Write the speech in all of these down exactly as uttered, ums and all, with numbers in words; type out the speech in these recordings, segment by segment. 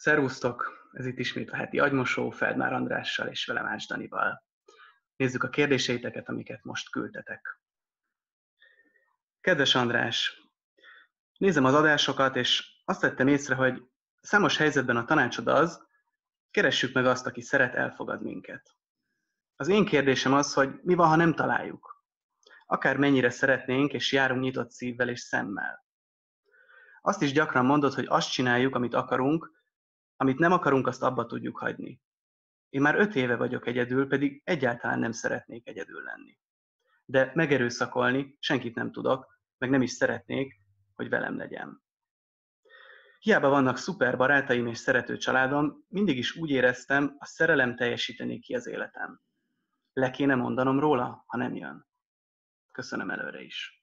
Szervusztok! Ez itt ismét a heti agymosó Feldmár Andrással és velem Ács Danival. Nézzük a kérdéseiteket, amiket most küldtetek. Kedves András! Nézem az adásokat, és azt vettem észre, hogy számos helyzetben a tanácsod az, keressük meg azt, aki szeret, elfogad minket. Az én kérdésem az, hogy mi van, ha nem találjuk? Akár mennyire szeretnénk, és járunk nyitott szívvel és szemmel. Azt is gyakran mondod, hogy azt csináljuk, amit akarunk, amit nem akarunk, azt abba tudjuk hagyni. Én már öt éve vagyok egyedül, pedig egyáltalán nem szeretnék egyedül lenni. De megerőszakolni senkit nem tudok, meg nem is szeretnék, hogy velem legyen. Hiába vannak szuper barátaim és szerető családom, mindig is úgy éreztem, a szerelem teljesíteni ki az életem. Le kéne mondanom róla, ha nem jön. Köszönöm előre is.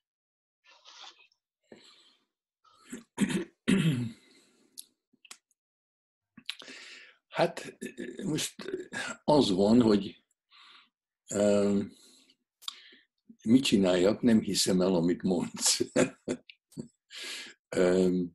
Hát most az van, hogy um, mit csináljak, nem hiszem el, amit mondsz. um,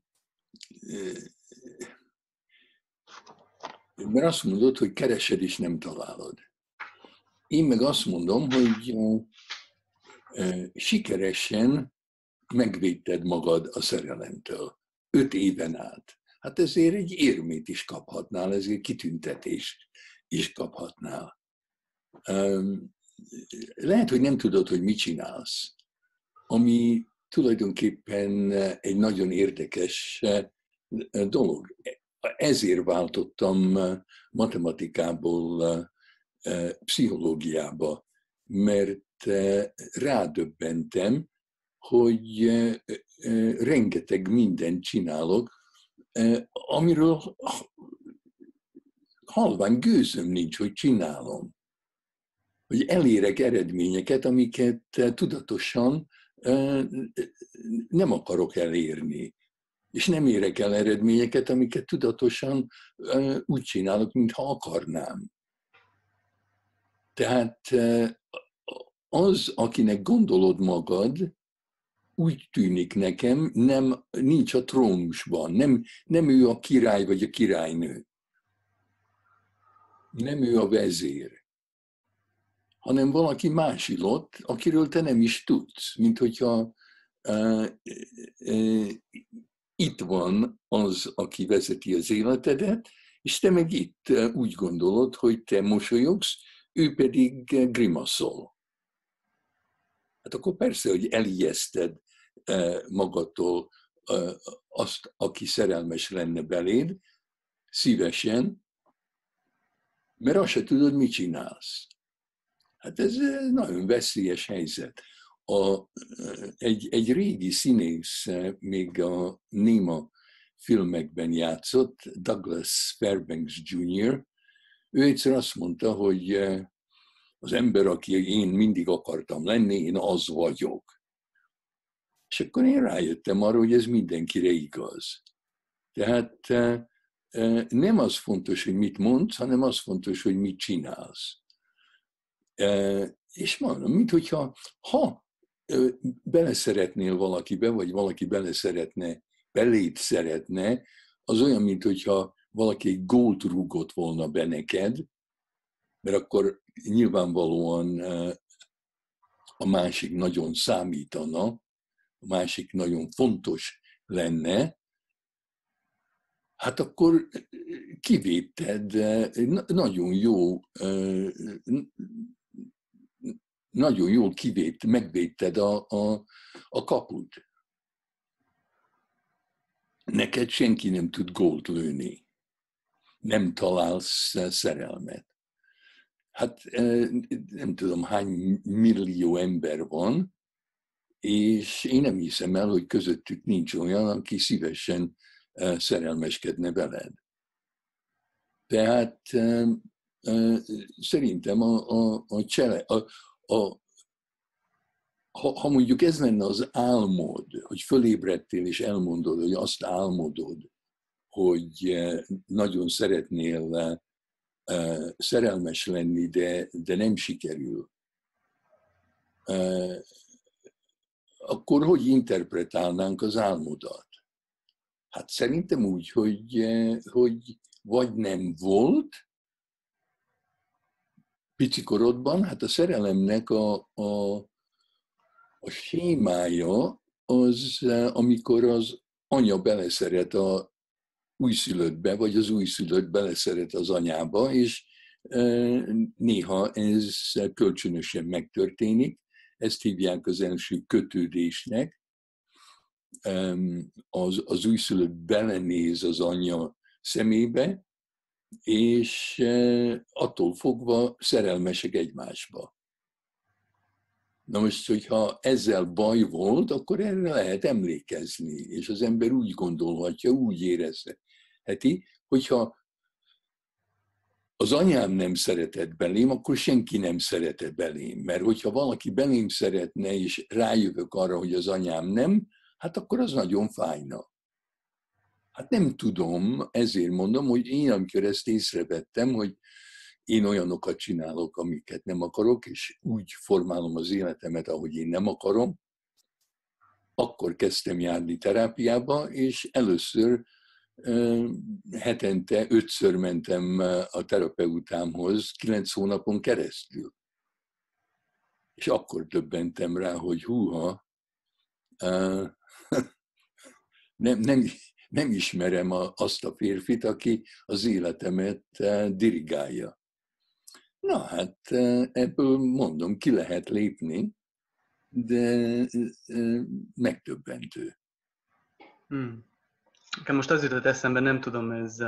mert azt mondod, hogy keresed és nem találod. Én meg azt mondom, hogy uh, uh, sikeresen megvédted magad a szerelemtől. Öt éven át. Hát ezért egy érmét is kaphatnál, ezért kitüntetést is kaphatnál. Lehet, hogy nem tudod, hogy mit csinálsz, ami tulajdonképpen egy nagyon érdekes dolog. Ezért váltottam matematikából pszichológiába, mert rádöbbentem, hogy rengeteg mindent csinálok, amiről halvány gőzöm nincs, hogy csinálom. Hogy elérek eredményeket, amiket tudatosan nem akarok elérni. És nem érek el eredményeket, amiket tudatosan úgy csinálok, mintha akarnám. Tehát az, akinek gondolod magad, úgy tűnik nekem, nem, nincs a trónusban, nem, nem ő a király vagy a királynő, nem ő a vezér, hanem valaki másik ott, akiről te nem is tudsz, mint hogyha uh, uh, itt van az, aki vezeti az életedet, és te meg itt uh, úgy gondolod, hogy te mosolyogsz, ő pedig grimaszol. Hát akkor persze, hogy elijeszted magadtól azt, aki szerelmes lenne beléd, szívesen, mert azt se tudod, mit csinálsz. Hát ez nagyon veszélyes helyzet. A, egy, egy régi színész, még a néma filmekben játszott, Douglas Fairbanks junior, ő egyszer azt mondta, hogy az ember, aki én mindig akartam lenni, én az vagyok. És akkor én rájöttem arra, hogy ez mindenkire igaz. Tehát nem az fontos, hogy mit mondsz, hanem az fontos, hogy mit csinálsz. És mondom, mint hogyha ha beleszeretnél valakibe, vagy valaki beleszeretne, beléd szeretne, az olyan, mint hogyha valaki egy gólt rúgott volna be neked, mert akkor nyilvánvalóan a másik nagyon számítana, a másik nagyon fontos lenne, hát akkor kivédted, nagyon jó, nagyon jól kivédt, megvédted a, a, a kaput. Neked senki nem tud gólt lőni. Nem találsz szerelmet. Hát nem tudom, hány millió ember van, és én nem hiszem el, hogy közöttük nincs olyan, aki szívesen szerelmeskedne veled. Tehát szerintem a, a, a csele, a, a, ha, ha mondjuk ez lenne az álmod, hogy fölébredtél és elmondod, hogy azt álmodod, hogy nagyon szeretnél szerelmes lenni, de, de nem sikerül, akkor hogy interpretálnánk az álmodat? Hát szerintem úgy, hogy, hogy vagy nem volt picikorodban, hát a szerelemnek a, a, a sémája az, amikor az anya beleszeret a újszülöttbe, vagy az újszülött beleszeret az anyába, és néha ez kölcsönösen megtörténik. Ezt hívják az első kötődésnek. Az, az újszülött belenéz az anyja szemébe, és attól fogva szerelmesek egymásba. Na most, hogyha ezzel baj volt, akkor erre lehet emlékezni, és az ember úgy gondolhatja, úgy érezheti, hogyha az anyám nem szeretett belém, akkor senki nem szeretett belém. Mert hogyha valaki belém szeretne, és rájövök arra, hogy az anyám nem, hát akkor az nagyon fájna. Hát nem tudom, ezért mondom, hogy én, amikor ezt észrevettem, hogy én olyanokat csinálok, amiket nem akarok, és úgy formálom az életemet, ahogy én nem akarom, akkor kezdtem járni terápiába, és először hetente ötször mentem a terapeutámhoz, kilenc hónapon keresztül. És akkor döbbentem rá, hogy húha, nem, nem, nem ismerem azt a férfit, aki az életemet dirigálja. Na hát ebből mondom, ki lehet lépni, de megdöbbentő. Hmm. Most az jutott eszembe, nem tudom, ez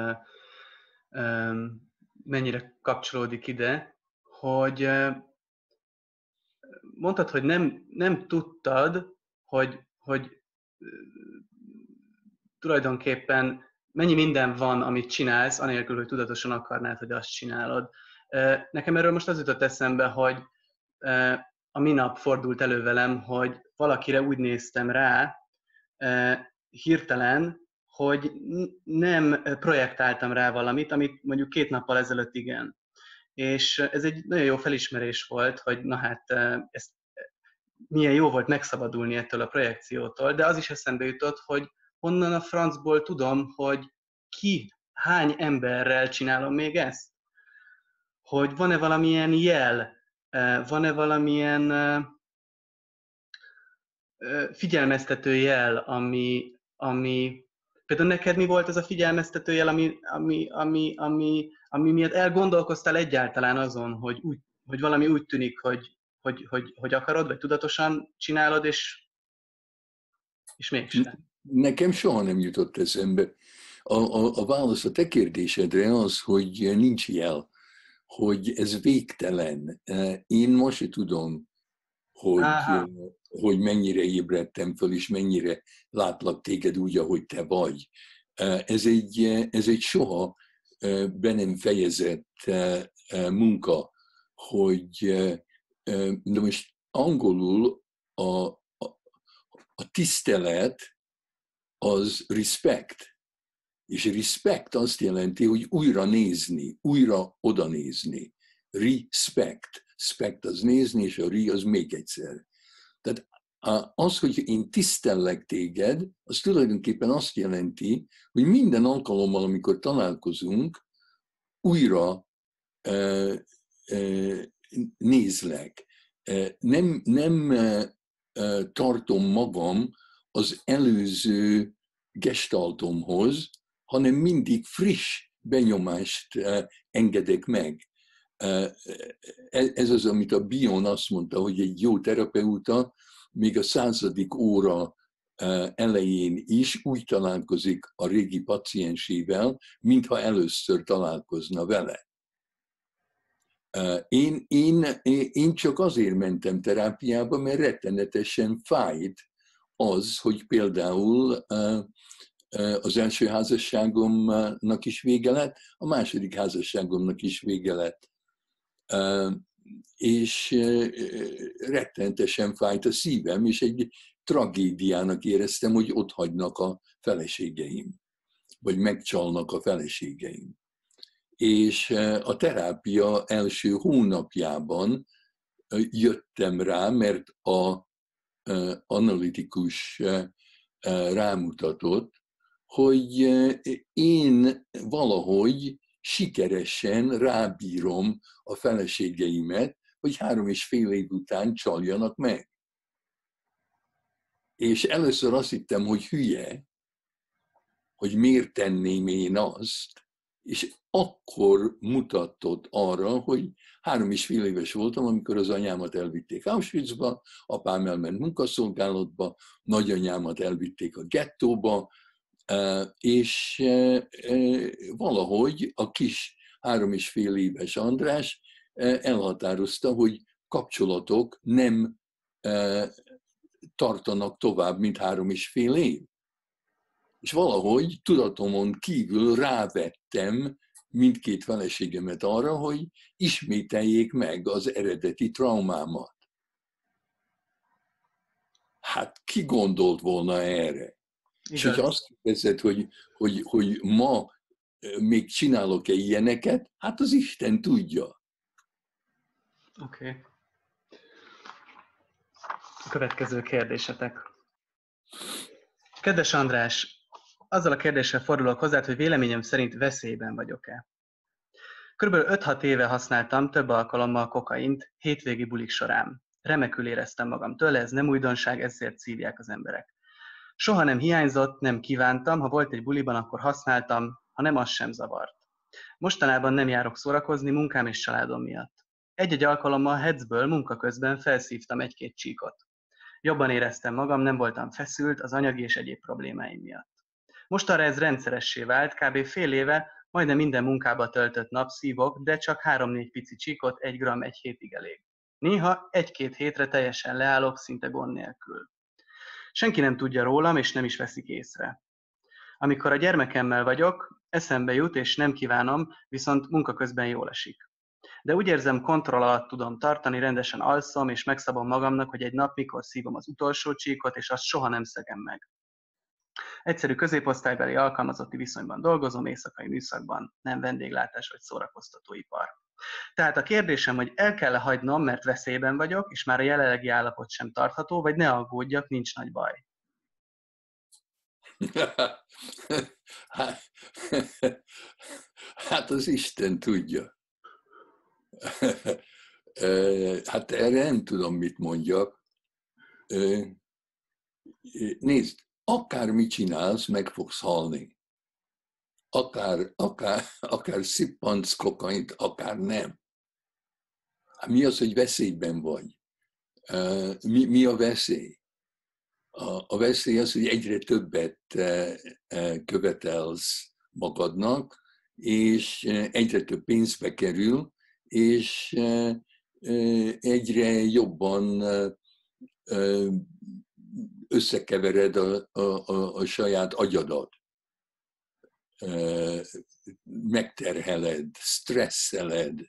mennyire kapcsolódik ide, hogy mondtad, hogy nem, nem tudtad, hogy, hogy tulajdonképpen mennyi minden van, amit csinálsz, anélkül, hogy tudatosan akarnád, hogy azt csinálod. Nekem erről most az jutott eszembe, hogy a minap fordult elő velem, hogy valakire úgy néztem rá, hirtelen, hogy nem projektáltam rá valamit, amit mondjuk két nappal ezelőtt igen. És ez egy nagyon jó felismerés volt, hogy na hát ez milyen jó volt megszabadulni ettől a projekciótól, de az is eszembe jutott, hogy honnan a francból tudom, hogy ki, hány emberrel csinálom még ezt? Hogy van-e valamilyen jel, van-e valamilyen figyelmeztető jel, ami, ami például neked mi volt az a figyelmeztető jel, ami, ami, ami, ami, ami miatt elgondolkoztál egyáltalán azon, hogy, úgy, hogy valami úgy tűnik, hogy, hogy, hogy, hogy akarod, vagy tudatosan csinálod, és, és mégsem. Nekem soha nem jutott eszembe. A, a, a válasz a te kérdésedre az, hogy nincs jel, hogy ez végtelen. Én most se tudom, hogy, hogy mennyire ébredtem föl, és mennyire látlak téged úgy, ahogy te vagy. Ez egy, ez egy soha be nem fejezett munka, hogy de most angolul a, a, a tisztelet az respect. És respect azt jelenti, hogy újra nézni, újra oda nézni. Respect. Spect az nézni, és a re az még egyszer. Tehát az, hogy én tisztellek téged, az tulajdonképpen azt jelenti, hogy minden alkalommal, amikor találkozunk, újra uh, uh, nézlek. Uh, nem, nem uh, tartom magam az előző gestaltomhoz, hanem mindig friss benyomást uh, engedek meg. Ez az, amit a Bion azt mondta, hogy egy jó terapeuta még a századik óra elején is úgy találkozik a régi paciensével, mintha először találkozna vele. Én, én, én csak azért mentem terápiába, mert rettenetesen fájt az, hogy például az első házasságomnak is vége lett, a második házasságomnak is vége lett. És rettenetesen fájt a szívem, és egy tragédiának éreztem, hogy ott hagynak a feleségeim, vagy megcsalnak a feleségeim. És a terápia első hónapjában jöttem rá, mert az analitikus rámutatott, hogy én valahogy sikeresen rábírom a feleségeimet, hogy három és fél év után csaljanak meg. És először azt hittem, hogy hülye, hogy miért tenném én azt, és akkor mutatott arra, hogy három és fél éves voltam, amikor az anyámat elvitték Auschwitzba, apám elment munkaszolgálatba, nagyanyámat elvitték a gettóba, és valahogy a kis három és fél éves András elhatározta, hogy kapcsolatok nem tartanak tovább, mint három és fél év. És valahogy tudatomon kívül rávettem mindkét feleségemet arra, hogy ismételjék meg az eredeti traumámat. Hát ki gondolt volna erre? Igaz. És hogyha azt kérdezed, hogy, hogy, hogy ma még csinálok-e ilyeneket, hát az Isten tudja. Oké. Okay. A következő kérdésetek. Kedves András, azzal a kérdéssel fordulok hozzád, hogy véleményem szerint veszélyben vagyok-e. Körülbelül öt-hat éve használtam több alkalommal kokaint hétvégi bulik során. Remekül éreztem magam tőle, ez nem újdonság, ezért szívják az emberek. Soha nem hiányzott, nem kívántam, ha volt egy buliban, akkor használtam, ha nem, az sem zavart. Mostanában nem járok szórakozni munkám és családom miatt. Egy-egy alkalommal hecből munka közben felszívtam egy-két csíkot. Jobban éreztem magam, nem voltam feszült az anyagi és egyéb problémáim miatt. Mostanra ez rendszeressé vált, kb. Fél éve majdnem minden munkába töltött nap szívok, de csak három-négy pici csíkot, egy gramm egy hétig elég. Néha egy-két hétre teljesen leállok, szinte gond nélkül. Senki nem tudja rólam, és nem is veszik észre. Amikor a gyermekemmel vagyok, eszembe jut, és nem kívánom, viszont munka közben jól esik. De úgy érzem, kontroll alatt tudom tartani, rendesen alszom, és megszabom magamnak, hogy egy nap mikor szívom az utolsó csíkot, és azt soha nem szegem meg. Egyszerű középosztálybeli alkalmazotti viszonyban dolgozom, éjszakai műszakban, nem vendéglátás vagy szórakoztatóipar. Tehát a kérdésem, hogy el kell-e hagynom, mert veszélyben vagyok, és már a jelenlegi állapot sem tartható, vagy ne aggódjak, nincs nagy baj. Hát az Isten tudja. Hát erre nem tudom, mit mondjak. Nézd, akármit csinálsz, meg fogsz halni. Akár, akár, akár szippansz kokaint, akár nem. Mi az, hogy veszélyben vagy? Mi, mi a veszély? A, a veszély az, hogy egyre többet követelsz magadnak, és egyre több pénzbe kerül, és egyre jobban összekevered a, a, a, a saját agyadat. Megterheled, stresszeled.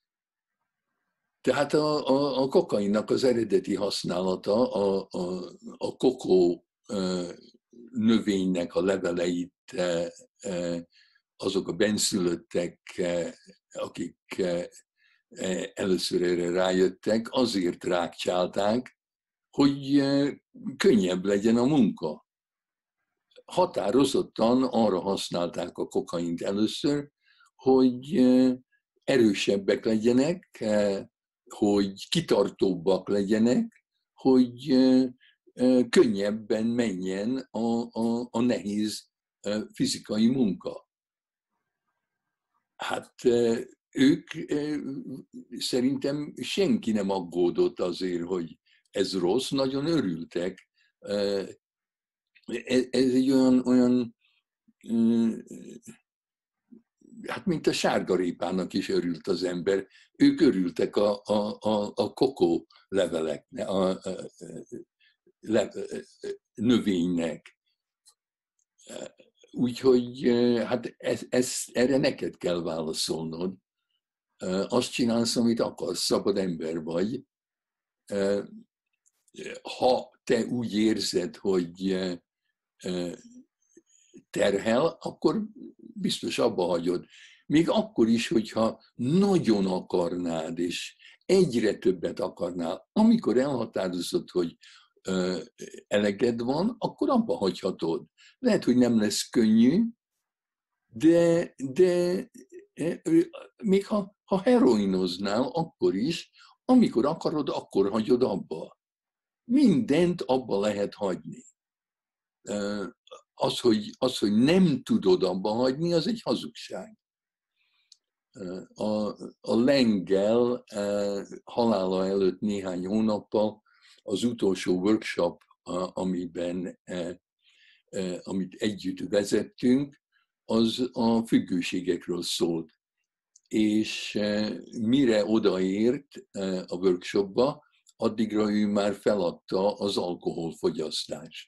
Tehát a, a, a kokainnak az eredeti használata, a, a, a kokó növénynek a leveleit azok a benszülöttek, akik először erre rájöttek, azért rákcsálták, hogy könnyebb legyen a munka. Határozottan arra használták a kokaint először, hogy erősebbek legyenek, hogy kitartóbbak legyenek, hogy könnyebben menjen a, a, a nehéz fizikai munka. Hát ők szerintem senki nem aggódott azért, hogy ez rossz, nagyon örültek. Ez egy olyan, olyan hát mint a sárgarépának is örült az ember. Ők örültek a, a, a, a kokó leveleknek, a, a, a le, növénynek. Úgyhogy hát ez, ez, erre neked kell válaszolnod. Azt csinálsz, amit akarsz, szabad ember vagy. Ha te úgy érzed, hogy terhel, akkor biztos abba hagyod. Még akkor is, hogyha nagyon akarnád, és egyre többet akarnál, amikor elhatározod, hogy eleged van, akkor abba hagyhatod. Lehet, hogy nem lesz könnyű, de, de még ha, ha heroinoznál, akkor is, amikor akarod, akkor hagyod abba. Mindent abba lehet hagyni. Az, hogy, az, hogy nem tudod abba hagyni, az egy hazugság. A, a lengyel halála előtt néhány hónappal az utolsó workshop, amiben, amit együtt vezettünk, az a függőségekről szólt. És mire odaért a workshopba, addigra ő már feladta az alkoholfogyasztást.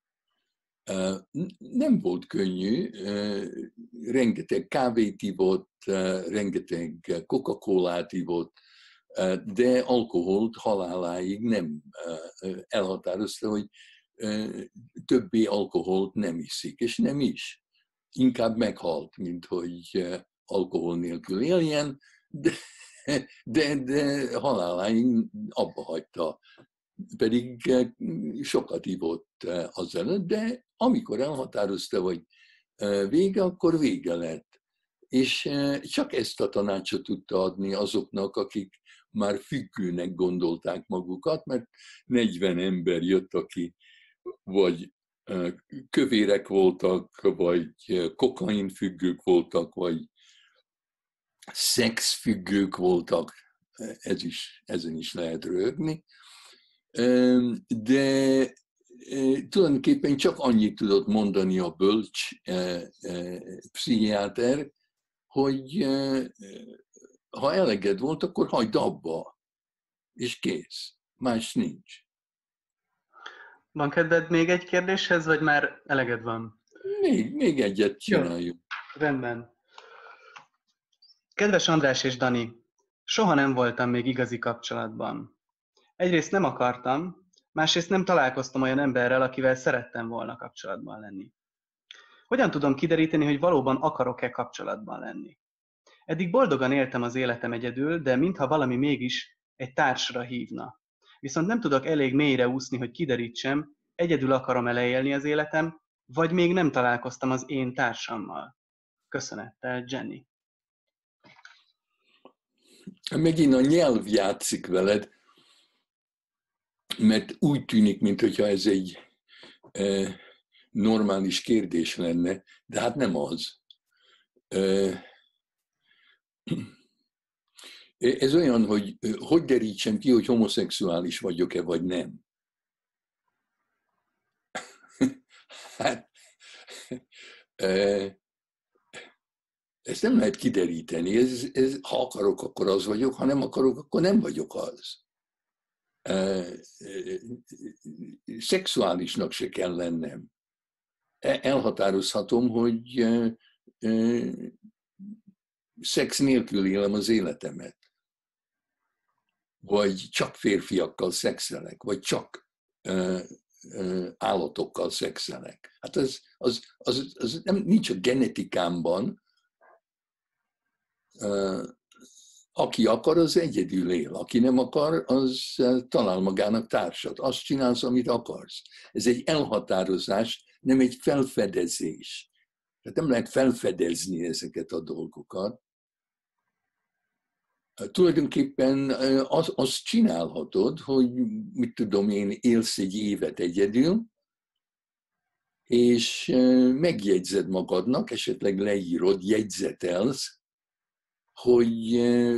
Nem volt könnyű, rengeteg kávét ivott, rengeteg Coca-Colát ivott, de alkoholt haláláig nem elhatározta, hogy többé alkoholt nem iszik, és nem is. Inkább meghalt, mint hogy alkohol nélkül éljen, de, de, de haláláig abba hagyta. Pedig sokat ivott azelőtt, de amikor elhatározta, hogy vége, akkor vége lett. És csak ezt a tanácsot tudta adni azoknak, akik már függőnek gondolták magukat, mert negyven ember jött, aki vagy kövérek voltak, vagy kokainfüggők voltak, vagy szexfüggők voltak, ez is, ezen is lehet röhögni. De tulajdonképpen csak annyit tudott mondani a bölcs pszichiáter, hogy ha eleged volt, akkor hagyd abba, és kész. Más nincs. Van kedved még egy kérdéshez, vagy már eleged van? Még, még egyet csináljuk. Jó, rendben. Kedves András és Dani, soha nem voltam még igazi kapcsolatban. Egyrészt nem akartam, másrészt nem találkoztam olyan emberrel, akivel szerettem volna kapcsolatban lenni. Hogyan tudom kideríteni, hogy valóban akarok-e kapcsolatban lenni? Eddig boldogan éltem az életem egyedül, de mintha valami mégis egy társra hívna. Viszont nem tudok elég mélyre úszni, hogy kiderítsem, egyedül akarom elélni az életem, vagy még nem találkoztam az én társammal. Köszönettel, Jenny. Megint a nyelv játszik veled, mert úgy tűnik, mintha ez egy e, normális kérdés lenne, de hát nem az. E, ez olyan, hogy hogy derítsem ki, hogy homoszexuális vagyok-e, vagy nem. Hát, e, ezt nem lehet kideríteni. Ez, ez, ha akarok, akkor az vagyok, ha nem akarok, akkor nem vagyok az. Szexuálisnak se kell lennem. Elhatározhatom, hogy szex nélkül élem az életemet. Vagy csak férfiakkal szexelek, vagy csak állatokkal szexelek. Hát az, az, az, az nem, nincs a genetikámban. Aki akar, az egyedül él. Aki nem akar, az talál magának társat. Azt csinálsz, amit akarsz. Ez egy elhatározás, nem egy felfedezés. Tehát nem lehet felfedezni ezeket a dolgokat. Tulajdonképpen az, azt csinálhatod, hogy mit tudom én, élsz egy évet egyedül, és megjegyzed magadnak, esetleg leírod, jegyzetelsz, hogy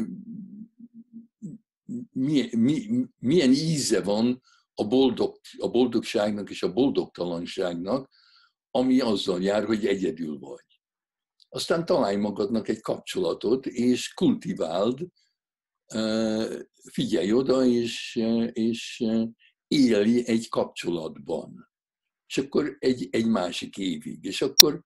milyen, milyen íze van a, boldog, a boldogságnak és a boldogtalanságnak, ami azzal jár, hogy egyedül vagy. Aztán találj magadnak egy kapcsolatot, és kultiváld, figyelj oda, és, és élj egy kapcsolatban. És akkor egy, egy másik évig. És akkor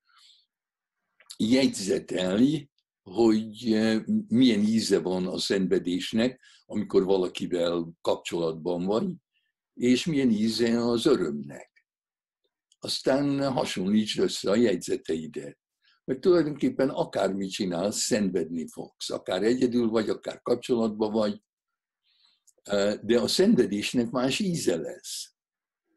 jegyzetelj, hogy milyen íze van a szenvedésnek, amikor valakivel kapcsolatban vagy, és milyen íze az örömnek. Aztán hasonlítsd össze a jegyzeteidet. Mert tulajdonképpen akármit csinálsz, szenvedni fogsz. Akár egyedül vagy, akár kapcsolatban vagy, de a szenvedésnek más íze lesz.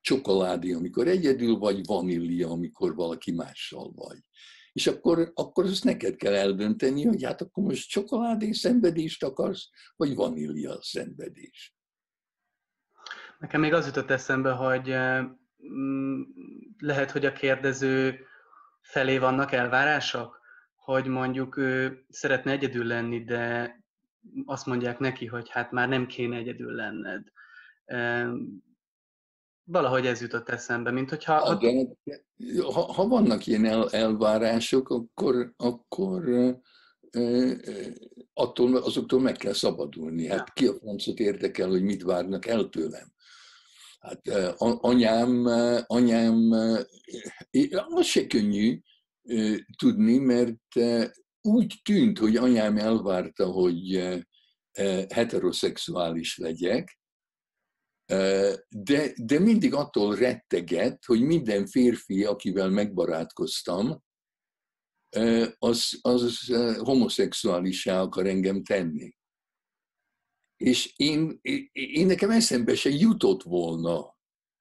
csokoládé, amikor egyedül vagy, vanília, amikor valaki mással vagy. És akkor, akkor azt neked kell eldönteni, hogy hát akkor most csokoládé szenvedést akarsz, vagy vanília szenvedést. Nekem még az jutott eszembe, hogy mm, lehet, hogy a kérdező felé vannak elvárások, hogy mondjuk ő szeretne egyedül lenni, de azt mondják neki, hogy hát már nem kéne egyedül lenned. Valahogy ez jutott eszembe, mint hogyha... Ha, de, ha, ha vannak ilyen el, elvárások, akkor, akkor attól, azoktól meg kell szabadulni. Hát ki a francot érdekel, hogy mit várnak el tőlem? Hát anyám, anyám, az se könnyű tudni, mert úgy tűnt, hogy anyám elvárta, hogy heteroszexuális legyek, de, de mindig attól rettegett, hogy minden férfi, akivel megbarátkoztam, az, az homoszexuálissá akar engem tenni. És én, én nekem eszembe se jutott volna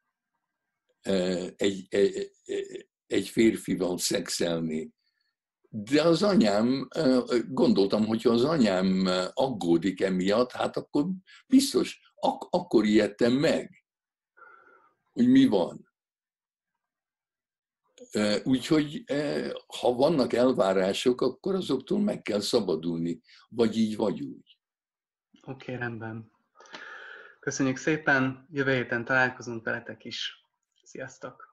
egy, egy, egy férfival szexelni. De az anyám, gondoltam, hogyha az anyám aggódik emiatt, hát akkor biztos, ak- akkor ijedtem meg, hogy mi van. Úgyhogy ha vannak elvárások, akkor azoktól meg kell szabadulni, vagy így, vagy úgy. Oké, okay, rendben. Köszönjük szépen, jövő héten találkozunk veletek is. Sziasztok!